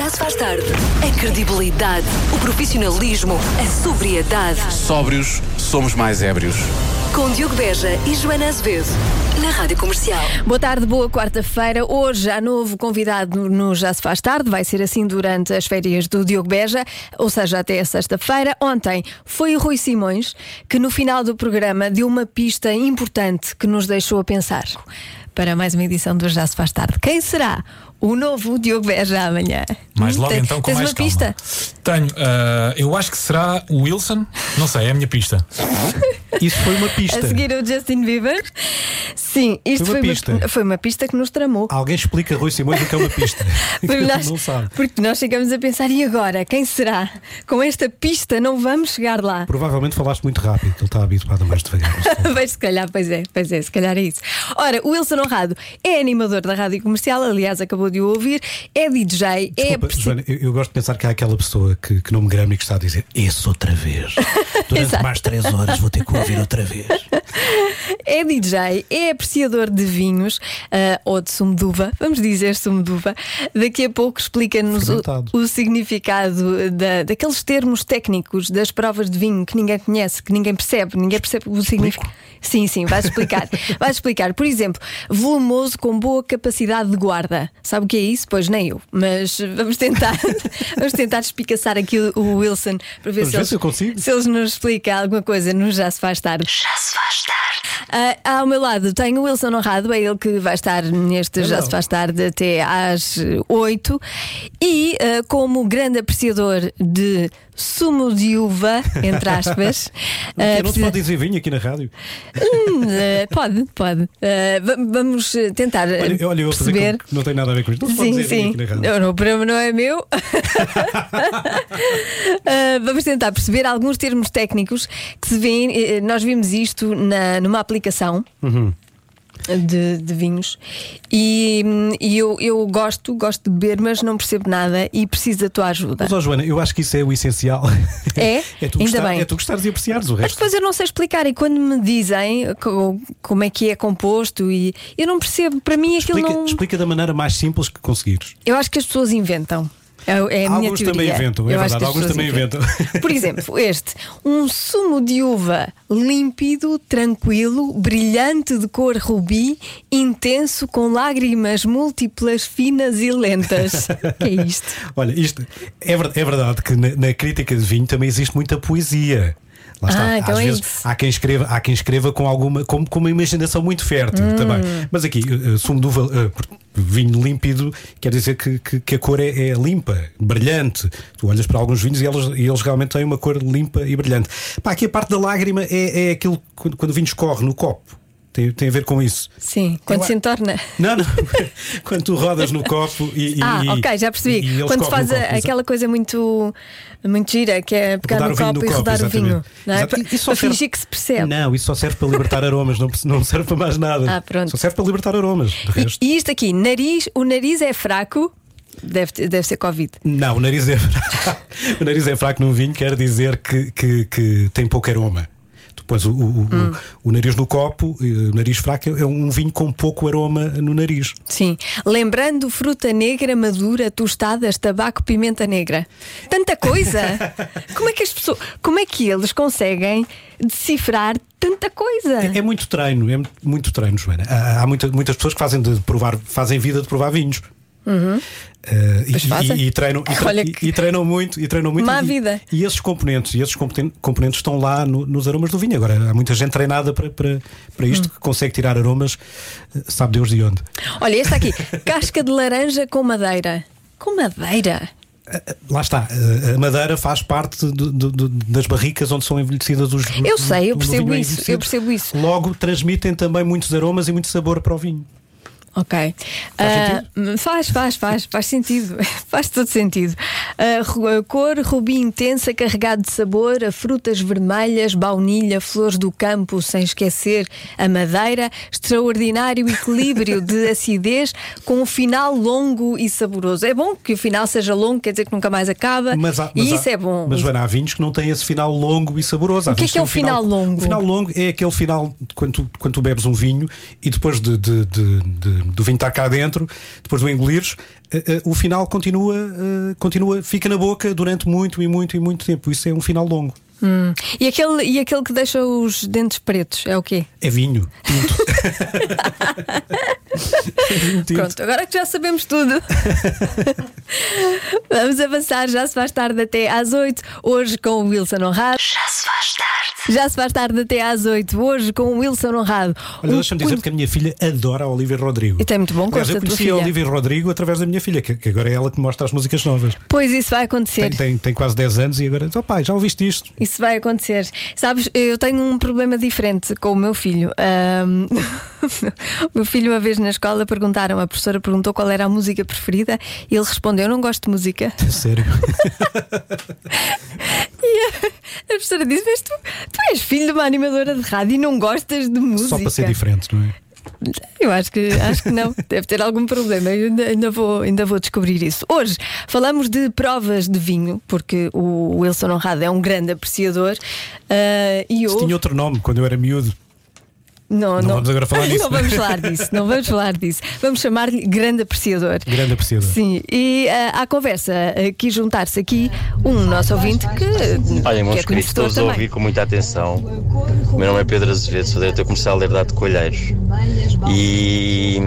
Já se faz tarde. A credibilidade, o profissionalismo, a sobriedade. Sóbrios, somos mais ébrios. Com Diogo Beja e Joana Azevedo, na Rádio Comercial. Boa tarde, boa quarta-feira. Hoje há novo convidado no Já se faz tarde. Vai ser assim durante as férias do Diogo Beja, ou seja, até a sexta-feira. Ontem foi o Rui Simões que no final do programa deu uma pista importante que nos deixou a pensar. Para mais uma edição do Já se faz tarde. Quem será o novo Diogo Beja amanhã? Mais logo então com tens mais uma calma. pista? Tenho, eu acho que será o Wilson. Não sei, é a minha pista. Isso foi uma pista. A seguir o Justin Bieber. Sim, isto foi uma pista que nos tramou. Alguém explica a Rui Simões o que é uma pista. Não sabe. Porque nós chegamos a pensar, e agora? Quem será? Com esta pista não vamos chegar lá. Provavelmente falaste muito rápido, ele está habituado a mais devagar. Mas se calhar, pois é, se calhar é isso. Ora, o Wilson Honrado é animador da Rádio Comercial, aliás, acabou de o ouvir, é DJ, Desculpa, Joana, eu gosto de pensar que há aquela pessoa que não me grama e que está a dizer esse outra vez. Durante mais 3 horas vou ter que ouvir outra vez. É DJ, é apreciador de vinhos, ou de sumo de uva, vamos dizer sumo de uva. Daqui a pouco explica-nos o significado daqueles termos técnicos das provas de vinho que ninguém conhece, que ninguém percebe o significado. Sim, vais explicar. Vais explicar, por exemplo, volumoso com boa capacidade de guarda. Sabe o que é isso? Pois nem eu, mas vamos tentar espicaçar aqui o Wilson para ver se eles nos explica alguma coisa no Já se faz tarde. Já se faz tarde. Ao meu lado tenho o Wilson Honrado, é ele que vai estar neste Já se faz tarde até às 8. E como grande apreciador de sumo de uva, entre aspas. Não se pode dizer vinho aqui na rádio? Pode. Vamos tentar olha, eu perceber. Que não tem nada a ver com isto. Não se pode dizer vinho aqui na rádio. O programa não é meu. Vamos tentar perceber alguns termos técnicos que se vêem. Nós vimos isto numa aplicação. De vinhos e eu gosto de beber, mas não percebo nada e preciso da tua ajuda. Mas, Joana, eu acho que isso é o essencial. É? Ainda bem. É tu gostares e apreciares o resto. Mas depois eu não sei explicar, e quando me dizem como é que é composto, e eu não percebo, para mim aquilo não. Explica da maneira mais simples que conseguires. Eu acho que as pessoas inventam. É a minha alguns teoria. Também inventam, é verdade, alguns também inventam. Por exemplo, um sumo de uva límpido, tranquilo, brilhante, de cor rubi, intenso, com lágrimas múltiplas, finas e lentas. Que é isto? Olha, isto é verdade que na crítica de vinho também existe muita poesia. Lá está. Então às vezes há quem escreva com uma imaginação muito fértil também. Mas aqui, sumo de uva, vinho límpido, quer dizer que a cor é limpa, brilhante. Tu olhas para alguns vinhos e eles realmente têm uma cor limpa e brilhante. Aqui a parte da lágrima é aquilo quando o vinho escorre no copo. Tem a ver com isso. Sim, quando se entorna. Não. Quando tu rodas no copo ok, já percebi. Quando se faz aquela coisa muito gira, que é pegar no copo e rodar o vinho, não é? Para fingir que se percebe. Não, isso só serve para libertar aromas, não serve para mais nada. Pronto. Só serve para libertar aromas. De resto. E isto aqui, o nariz é fraco. Deve ser Covid. Não, o nariz é fraco. O nariz é fraco num vinho quer dizer que tem pouco aroma. Pois o nariz no copo, o nariz fraco, é um vinho com pouco aroma no nariz. Sim. Lembrando fruta negra, madura, tostadas, tabaco, pimenta negra. Tanta coisa! Como é que eles conseguem decifrar tanta coisa? É muito treino, Joana. Há muitas pessoas que fazem vida de provar vinhos. E treinam muito. Má vida. E esses componentes estão lá nos aromas do vinho. Agora, há muita gente treinada para isto, que consegue tirar aromas, sabe Deus de onde. Olha, esta aqui, casca de laranja com madeira. Com madeira? Lá está, a madeira faz parte das barricas onde são envelhecidas os. Eu sei, eu percebo isso. Logo, transmitem também muitos aromas e muito sabor para o vinho. Ok. Faz sentido. Faz todo sentido. Cor rubi intensa, carregado de sabor, a frutas vermelhas, baunilha, flores do campo, sem esquecer a madeira, extraordinário equilíbrio de acidez, com um final longo e saboroso. É bom que o final seja longo, quer dizer que nunca mais acaba. Isso é bom. Mas Joana, há vinhos que não têm esse final longo e saboroso. O que é o final longo? O final longo é aquele final quando tu bebes um vinho e depois de do vinho estar cá dentro, depois do engolires, o final continua, fica na boca durante muito tempo. Isso é um final longo. E aquele que deixa os dentes pretos é o quê? É vinho tinto. Pronto, agora que já sabemos tudo. Vamos avançar. Já se faz tarde até às 8. Hoje com o Wilson Honrado. Já se faz tarde até às 8. Hoje com o Wilson Honrado. Olha, deixa-me dizer que a minha filha adora a Olivia Rodrigo. E tem muito bom gosto. Eu conheci a Olivia Rodrigo através da minha filha, que agora é ela que mostra as músicas novas. Pois, isso vai acontecer. Tem quase 10 anos e agora, pai, já ouviste isto? Isso vai acontecer. Sabes, eu tenho um problema diferente com o meu filho. O meu filho, uma vez na escola, a professora perguntou qual era a música preferida e ele respondeu: eu não gosto de música. Sério? E a professora disse: mas tu és filho de uma animadora de rádio e não gostas de música? Só para ser diferente, não é? Eu acho que não. Deve ter algum problema. Eu ainda vou descobrir isso. Hoje falamos de provas de vinho, porque o Wilson Honrado é um grande apreciador. Isso tinha outro nome quando eu era miúdo. Não vamos agora falar disso. Não vamos falar disso. Vamos chamar-lhe grande apreciador. Grande apreciador. Sim. E à conversa quis juntar-se aqui um nosso ouvinte que Olha, meus é queridos, estou a ouvir com muita atenção. O meu nome é Pedro Azevedo, sou diretor comercial da Herdade de Coelheiros. E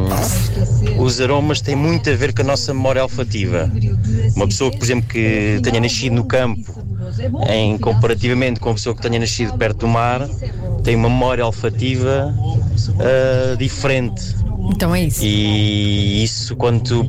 os aromas têm muito a ver com a nossa memória olfativa. Uma pessoa, por exemplo, que tenha nascido no campo, comparativamente com uma pessoa que tenha nascido perto do mar, tem uma memória olfativa diferente. Então é isso. E isso, quando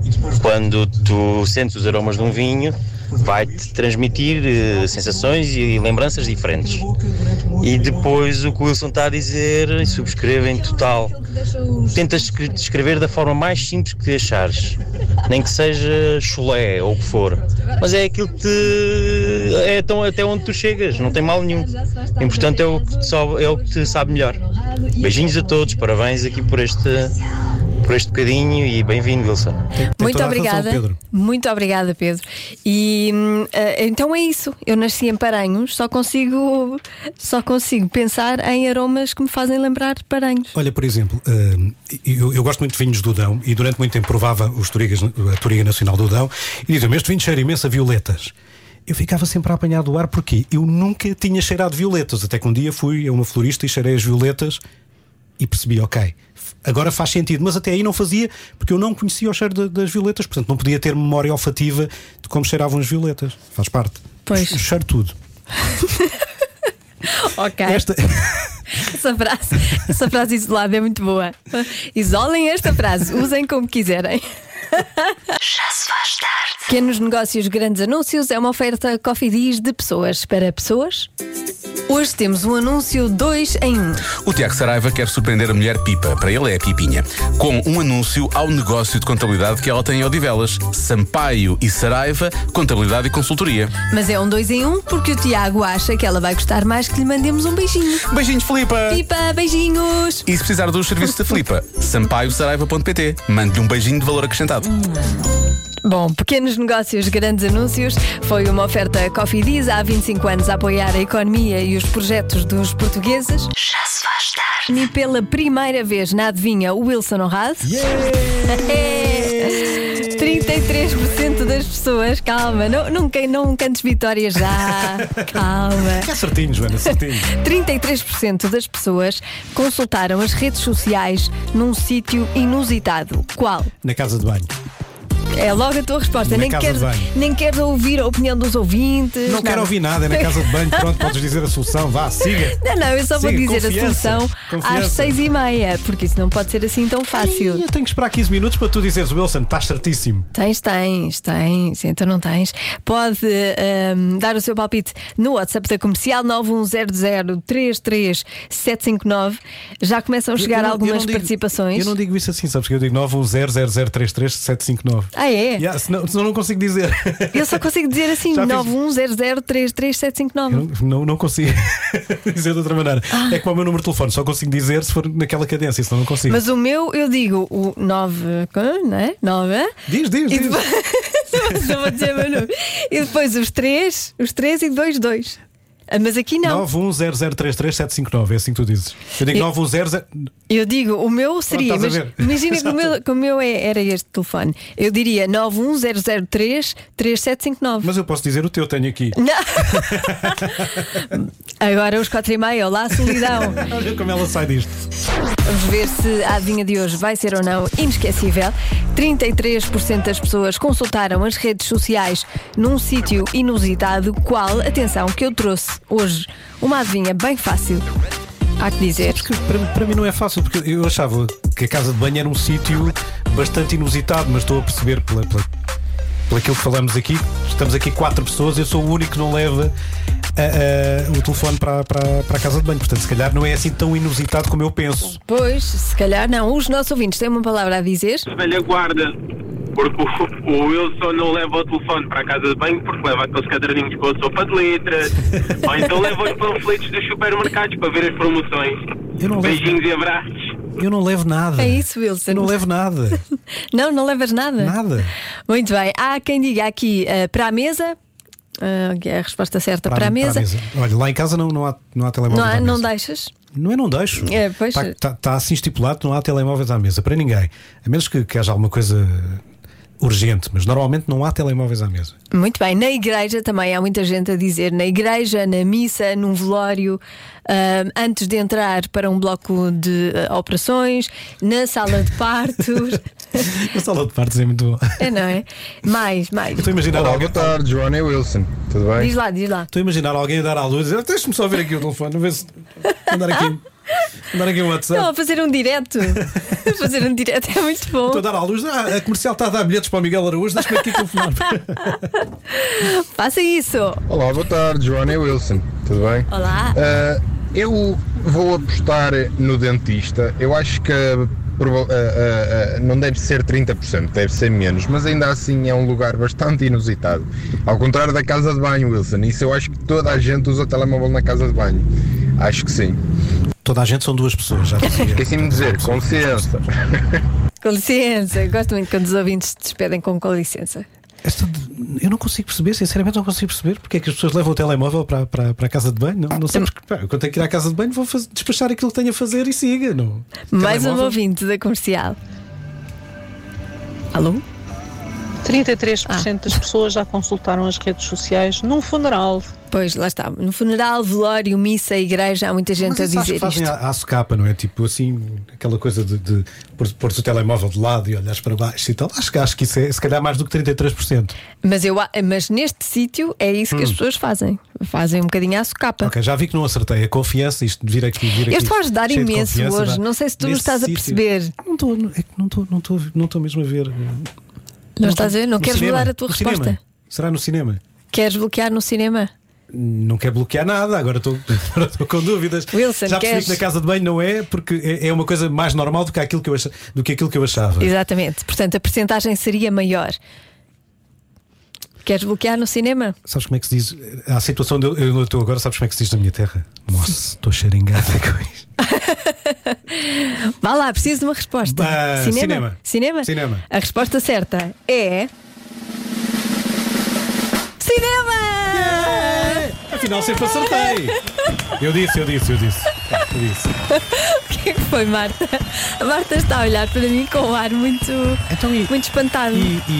tu sentes os aromas de um vinho, vai-te transmitir sensações e lembranças diferentes. E depois o que o Wilson está a dizer, e subscrevo em total, tenta descrever da forma mais simples que achares, nem que seja chulé ou o que for, mas é aquilo que é até onde tu chegas, não tem mal nenhum. O importante é o que te sabe melhor. Beijinhos a todos, parabéns aqui por este bocadinho e bem-vindo, Wilson. Muito obrigada. Muito obrigada, Pedro. E então é isso. Eu nasci em Paranhos, só consigo pensar em aromas que me fazem lembrar Paranhos. Olha, por exemplo, eu gosto muito de vinhos do Dão e durante muito tempo provava a Touriga Nacional do Dão e dizem-me: este vinho cheira imenso a violetas. Eu ficava sempre a apanhar do ar porque eu nunca tinha cheirado violetas, até que um dia fui a uma florista e cheirei as violetas e percebi, ok, agora faz sentido, mas até aí não fazia porque eu não conhecia o cheiro das violetas, portanto não podia ter memória olfativa de como cheiravam as violetas. Faz parte. Pois. O cheiro tudo. Ok. Essa frase isolada é muito boa. Isolem esta frase, usem como quiserem. Já se faz tarde. Pequenos negócios, grandes anúncios é uma oferta Cofidis de pessoas para pessoas. Hoje temos um anúncio 2 em 1. O Tiago Saraiva quer surpreender a mulher Pipa, para ele é a Pipinha, com um anúncio ao negócio de contabilidade que ela tem em Odivelas: Sampaio e Saraiva, contabilidade e consultoria. Mas é um 2 em 1 porque o Tiago acha que ela vai gostar mais que lhe mandemos um beijinho. Beijinhos, Filipa! Pipa, beijinhos! E se precisar dos serviços da Filipa, sampaiosaraiva.pt. Mande-lhe um beijinho de valor acrescentado. Bom, pequenos negócios, grandes anúncios. Foi uma oferta Cofidis, há 25 anos a apoiar a economia e os projetos dos portugueses. Já se faz tarde. E pela primeira vez na adivinha, o Wilson Honrado. 33% das pessoas, calma, não cantes vitórias já. Calma. É certinho, Joana, certinho. 33% das pessoas consultaram as redes sociais num sítio inusitado. Qual? Na casa de banho. É logo a tua resposta. Nem quero ouvir a opinião dos ouvintes. Não quero ouvir nada, é na casa de banho. Pronto, podes dizer a solução. Vá, siga. Não, eu só vou dizer a solução às 6h30, porque isso não pode ser assim tão fácil. Eu tenho que esperar 15 minutos para tu dizeres: Wilson, estás certíssimo. Tens. Então não tens. Pode dar o seu palpite no WhatsApp da Comercial 910033759. Já começam a chegar algumas participações. Eu não digo isso assim, sabes que eu digo 910033759. Ah, é? Senão não consigo dizer. Eu só consigo dizer assim: 910033759. Não consigo dizer de outra maneira. É como o meu número de telefone, só consigo dizer se for naquela cadência, senão não consigo. Mas o meu, eu digo o 9, não é? 9. Diz. Não vou dizer o meu número. E depois os 3 e 2. Mas aqui não. 910033759, é assim que tu dizes. Eu digo 910. Eu digo, o meu seria. Pronto, estás a ver? Imagina que o meu era este telefone. Eu diria 910033759. Mas eu posso dizer o teu, tenho aqui. Não. Agora os 4:30, olá, solidão. Olha como ela sai disto. Vamos ver se a adivinha de hoje vai ser ou não inesquecível. 33% das pessoas consultaram as redes sociais num sítio inusitado. Qual? Atenção, que eu trouxe hoje uma adivinha bem fácil. Há que dizer. Porque para mim não é fácil, porque eu achava que a casa de banho era um sítio bastante inusitado, mas estou a perceber pelo aquilo que falamos aqui. Estamos aqui 4 pessoas, eu sou o único que não leva o telefone para a casa de banho. Portanto, se calhar não é assim tão inusitado como eu penso. Pois, se calhar não. Os nossos ouvintes têm uma palavra a dizer. Velha guarda, porque o Wilson não leva o telefone para a casa de banho porque leva aqueles caderninhos com a sopa de letras, ou então leva os panfletos dos supermercados para ver as promoções. Beijinhos e abraços. Eu não levo nada. É isso, Wilson. Eu não levo nada. Não levas nada? Nada. Muito bem. Há quem diga aqui para a mesa. Que é a resposta certa para a mesa. Olha, lá em casa não há telemóveis. Não deixas? Não deixo. Pois. Está assim estipulado que não há telemóveis à mesa para ninguém. A menos que haja alguma coisa urgente, mas normalmente não há telemóveis à mesa. Muito bem, na igreja também há muita gente a dizer, na igreja, na missa, num velório, antes de entrar para um bloco de operações, na sala de partos. Na sala de partos é muito bom. É, não é? Mais. Estou a imaginar alguém. Boa tarde, Joana e Wilson. Tudo bem? Diz lá. Estou a imaginar alguém a dar à luz e dizer: deixa-me só ver aqui o telefone, ver se. Mandar aqui um WhatsApp. Não, a fazer um direto. Fazer um direto é muito bom. Estou a dar à luz. A comercial está a dar bilhetes para o Miguel Araújo. Deixa-me aqui telefonar. Faça isso. Olá, boa tarde, Joana e Wilson. Tudo bem? Olá. Eu vou apostar no dentista. Eu acho que não deve ser 30%, deve ser menos, mas ainda assim é um lugar bastante inusitado. Ao contrário da casa de banho, Wilson. Isso eu acho que toda a gente usa telemóvel na casa de banho. Acho que sim. Toda a gente são 2 pessoas, já dizia. Esqueci-me de dizer, com licença. Com licença. Gosto muito quando os ouvintes se despedem com licença. Eu não consigo perceber, sinceramente não consigo perceber porque é que as pessoas levam o telemóvel para a casa de banho. Não sei porque quando tenho que ir à casa de banho vou despachar aquilo que tenho a fazer e siga. Não. Mais um ouvinte da comercial. Alô? 33% das pessoas já consultaram as redes sociais num funeral. Pois, lá está. No funeral, velório, missa, igreja, há muita gente a dizer isto. Fazem à socapa, não é? Tipo assim, aquela coisa de pôr-se o telemóvel de lado e olhares para baixo e tal. Acho que isso é se calhar mais do que 33%. Mas neste sítio é isso que as pessoas fazem. Fazem um bocadinho à socapa. Ok, já vi que não acertei. A confiança, isto de vir aqui. Eu estou a ajudar imenso hoje. Não sei se tu não estás a perceber. Não estou mesmo a ver. Não estás a ver? Não queres mudar a tua resposta? Cinema. Será no cinema? Queres bloquear no cinema? Não quero bloquear nada, agora estou com dúvidas. Wilson, já percebi que na casa de banho não é, porque é uma coisa mais normal do que aquilo que eu achava. Exatamente, portanto a percentagem seria maior. Queres bloquear no cinema? Sabes como é que se diz? A situação onde eu estou agora, sabes como é que se diz na minha terra? Moça, estou xeringada com isto. Vá lá, preciso de uma resposta. Cinema? A resposta certa é. Cinema! Yeah! Afinal sempre acertei. Eu disse. O que é que foi, Marta? A Marta está a olhar para mim com um ar muito espantado.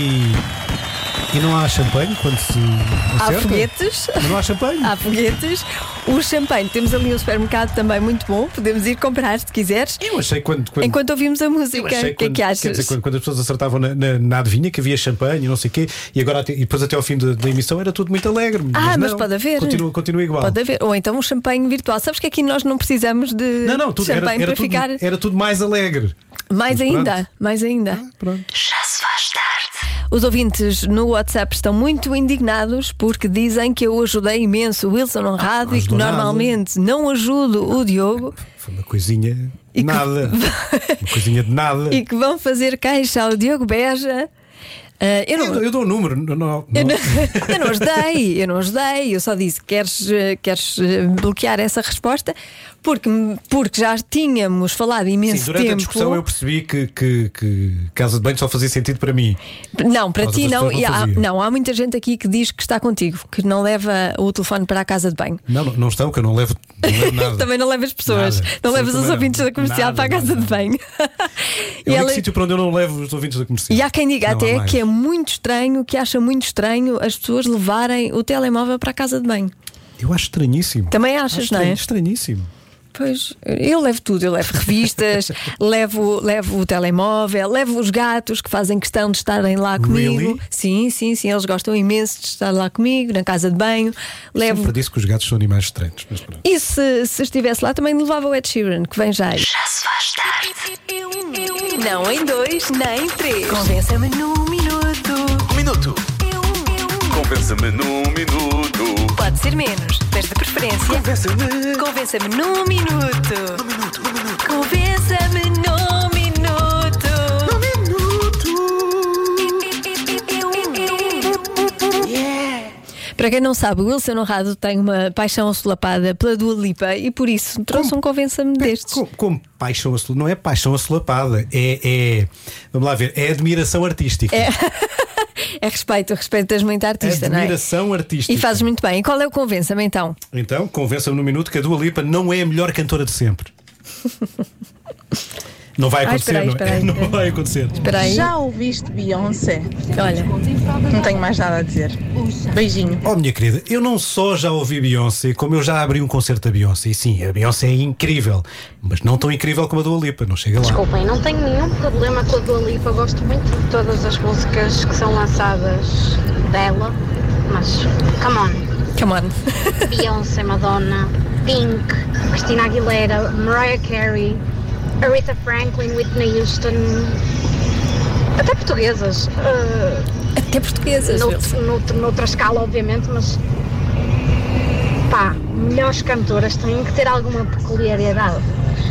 E não há champanhe quando se acerta? Há foguetes. Mas não há champanhe? Há foguetes. O champanhe, temos ali um supermercado também muito bom. Podemos ir comprar se quiseres. Eu achei enquanto ouvimos a música. O que é que achas? Quer dizer, quando as pessoas acertavam na adivinha que havia champanhe e não sei o quê, e depois até ao fim da emissão era tudo muito alegre. Mas pode haver. Continua igual. Pode haver. Ou então um champanhe virtual. Sabes que aqui nós não precisamos de champanhe para ficar. Era tudo mais alegre. Mais ainda. Pronto. Já se faz tarde. Os ouvintes no WhatsApp estão muito indignados porque dizem que eu ajudei imenso o Wilson Honrado e que normalmente não ajudo o Diogo. Foi uma coisinha de nada. Uma coisinha de nada. E que vão fazer caixa ao Diogo Beja. Eu dou o número. Eu não ajudei. Eu só disse: queres bloquear essa resposta? Porque já tínhamos falado imenso durante tempo. A discussão eu percebi que casa de banho só fazia sentido para mim. Não, para ti não. Não, há muita gente aqui que diz que está contigo, que não leva o telefone para a casa de banho. Não estão, que eu não levo nada. Também não levas pessoas. Nada. Não levas os ouvintes da comercial para a casa de banho. É o único sítio para onde eu não levo os ouvintes da comercial. E há quem diga até que é muito estranho, que acha muito estranho as pessoas levarem o telemóvel para a casa de banho. Eu acho estranhíssimo. Também achas, não é? Estranhíssimo. Pois, eu levo tudo, eu levo revistas, levo o telemóvel, levo os gatos que fazem questão de estarem lá comigo. Really? Sim, eles gostam imenso de estar lá comigo, na casa de banho. Sempre disse que os gatos são animais estranhos. E se estivesse lá também levava o Ed Sheeran, que vem já. Já se faz tarde. Não em 2, nem em 3. Convença-me num minuto. Um minuto. Convença-me num minuto. Pode ser menos, mas de preferência. Convença-me num minuto. Convença-me num minuto. Para quem não sabe, o Wilson Honrado tem uma paixão assolapada pela Dua Lipa e por isso trouxe um convença-me destes. Como paixão assolapada? Não é paixão assolapada, vamos lá ver, é admiração artística. É respeito, respeitas muito a artista, não é? Admiração artística. E fazes muito bem. E qual é o convença-me então? Então, convença-me num minuto que a Dua Lipa não é a melhor cantora de sempre. Não vai acontecer, não vai acontecer. Já ouviste Beyoncé? Olha, não tenho mais nada a dizer. Beijinho. Oh, minha querida, eu não só já ouvi Beyoncé, como eu já abri um concerto da Beyoncé. E sim, a Beyoncé é incrível, mas não tão incrível como a Dua Lipa, não chega lá. Desculpem, não tenho nenhum problema com a Dua Lipa. Gosto muito de todas as músicas que são lançadas dela, mas come on. Beyoncé, Madonna, Pink, Christina Aguilera, Mariah Carey, Aretha Franklin, Whitney Houston, até portuguesas. Até portuguesas. Noutra escala, obviamente, mas melhores cantoras têm que ter alguma peculiaridade.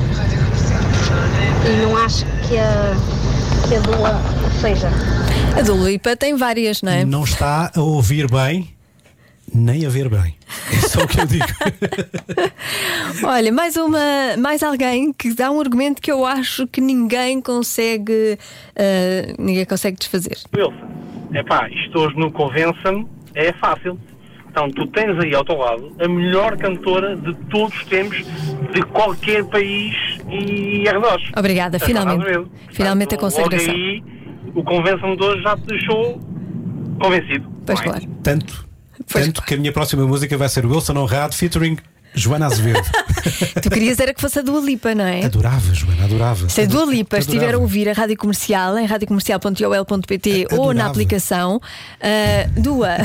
E não acho que a Dua seja. A Dua Lipa tem várias, não é? Não está a ouvir bem, nem a ver bem. É só o que eu digo. Olha, mais alguém que dá um argumento que eu acho que ninguém consegue desfazer. Wilson, isto hoje no Convença-me é fácil. Então tu tens aí ao teu lado a melhor cantora de todos os tempos, de qualquer país e arredores. Obrigada, finalmente a consagração. Logo aí, o Convença-me de hoje já te deixou convencido. Pois claro. Tanto que a minha próxima música vai ser Wilson Honrado featuring Joana Azevedo. Tu querias era que fosse a Dua Lipa, não é? Adorava, Joana, adorava. Se a Dua Lipa estiver a ouvir a Rádio Comercial em radiocomercial.ol.pt ou na aplicação Dua,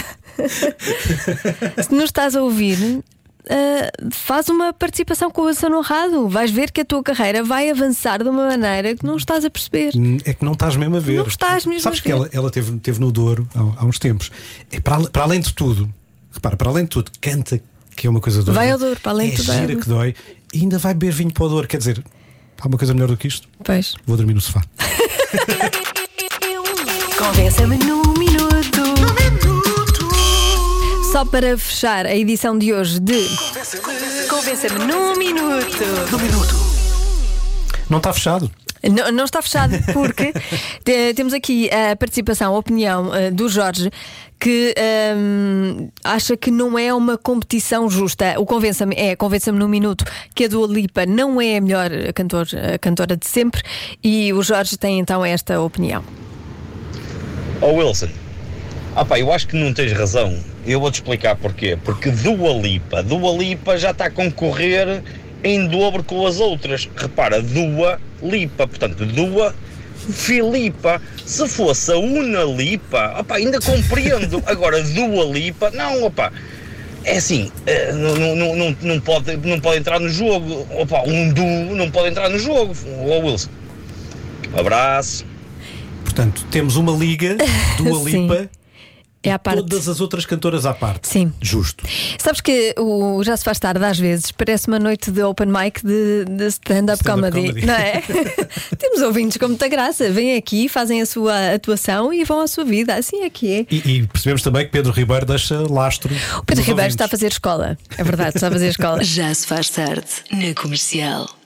se nos estás a ouvir, faz uma participação com o Wilson Honrado. Vais ver que a tua carreira vai avançar de uma maneira que não estás a perceber. É que não estás mesmo a ver. Não estás mesmo Sabes a ver. Que ela teve no Douro há uns tempos. Para além de tudo, repara, para além de tudo, canta, que é uma coisa doida. Vai ao Douro, para além de tudo. É gira que dói. E ainda vai beber vinho para o Douro. Quer dizer, há uma coisa melhor do que isto? Pois. Vou dormir no sofá. Convença-me num minuto. Só para fechar a edição de hoje de Convença-me num minuto. Não está fechado. Não está fechado porque temos aqui a participação, a opinião do Jorge, que acha que não é uma competição justa. O convença-me num minuto que a Dua Lipa não é a melhor cantora de sempre, e o Jorge tem então esta opinião. Wilson, eu acho que não tens razão. Eu vou-te explicar porquê. Porque Dua Lipa já está a concorrer em dobro com as outras. Repara, Dua Lipa, portanto, Dua Filipa. Se fosse a Una Lipa, ainda compreendo. Agora, Dua Lipa, não, é assim, não pode entrar no jogo. Um duo não pode entrar no jogo. Wilson, abraço. Portanto, temos uma liga, Dua Lipa É à parte. Todas as outras cantoras à parte. Sim. Justo. Sabes que o Já Se Faz Tarde às vezes parece uma noite de open mic de stand-up comedy, não é? Temos ouvintes com muita graça, vêm aqui, fazem a sua atuação e vão à sua vida, assim é que é. E percebemos também que Pedro Ribeiro deixa lastro. O Pedro Ribeiro está a fazer escola, é verdade, está a fazer escola. Já Se Faz Tarde na Comercial.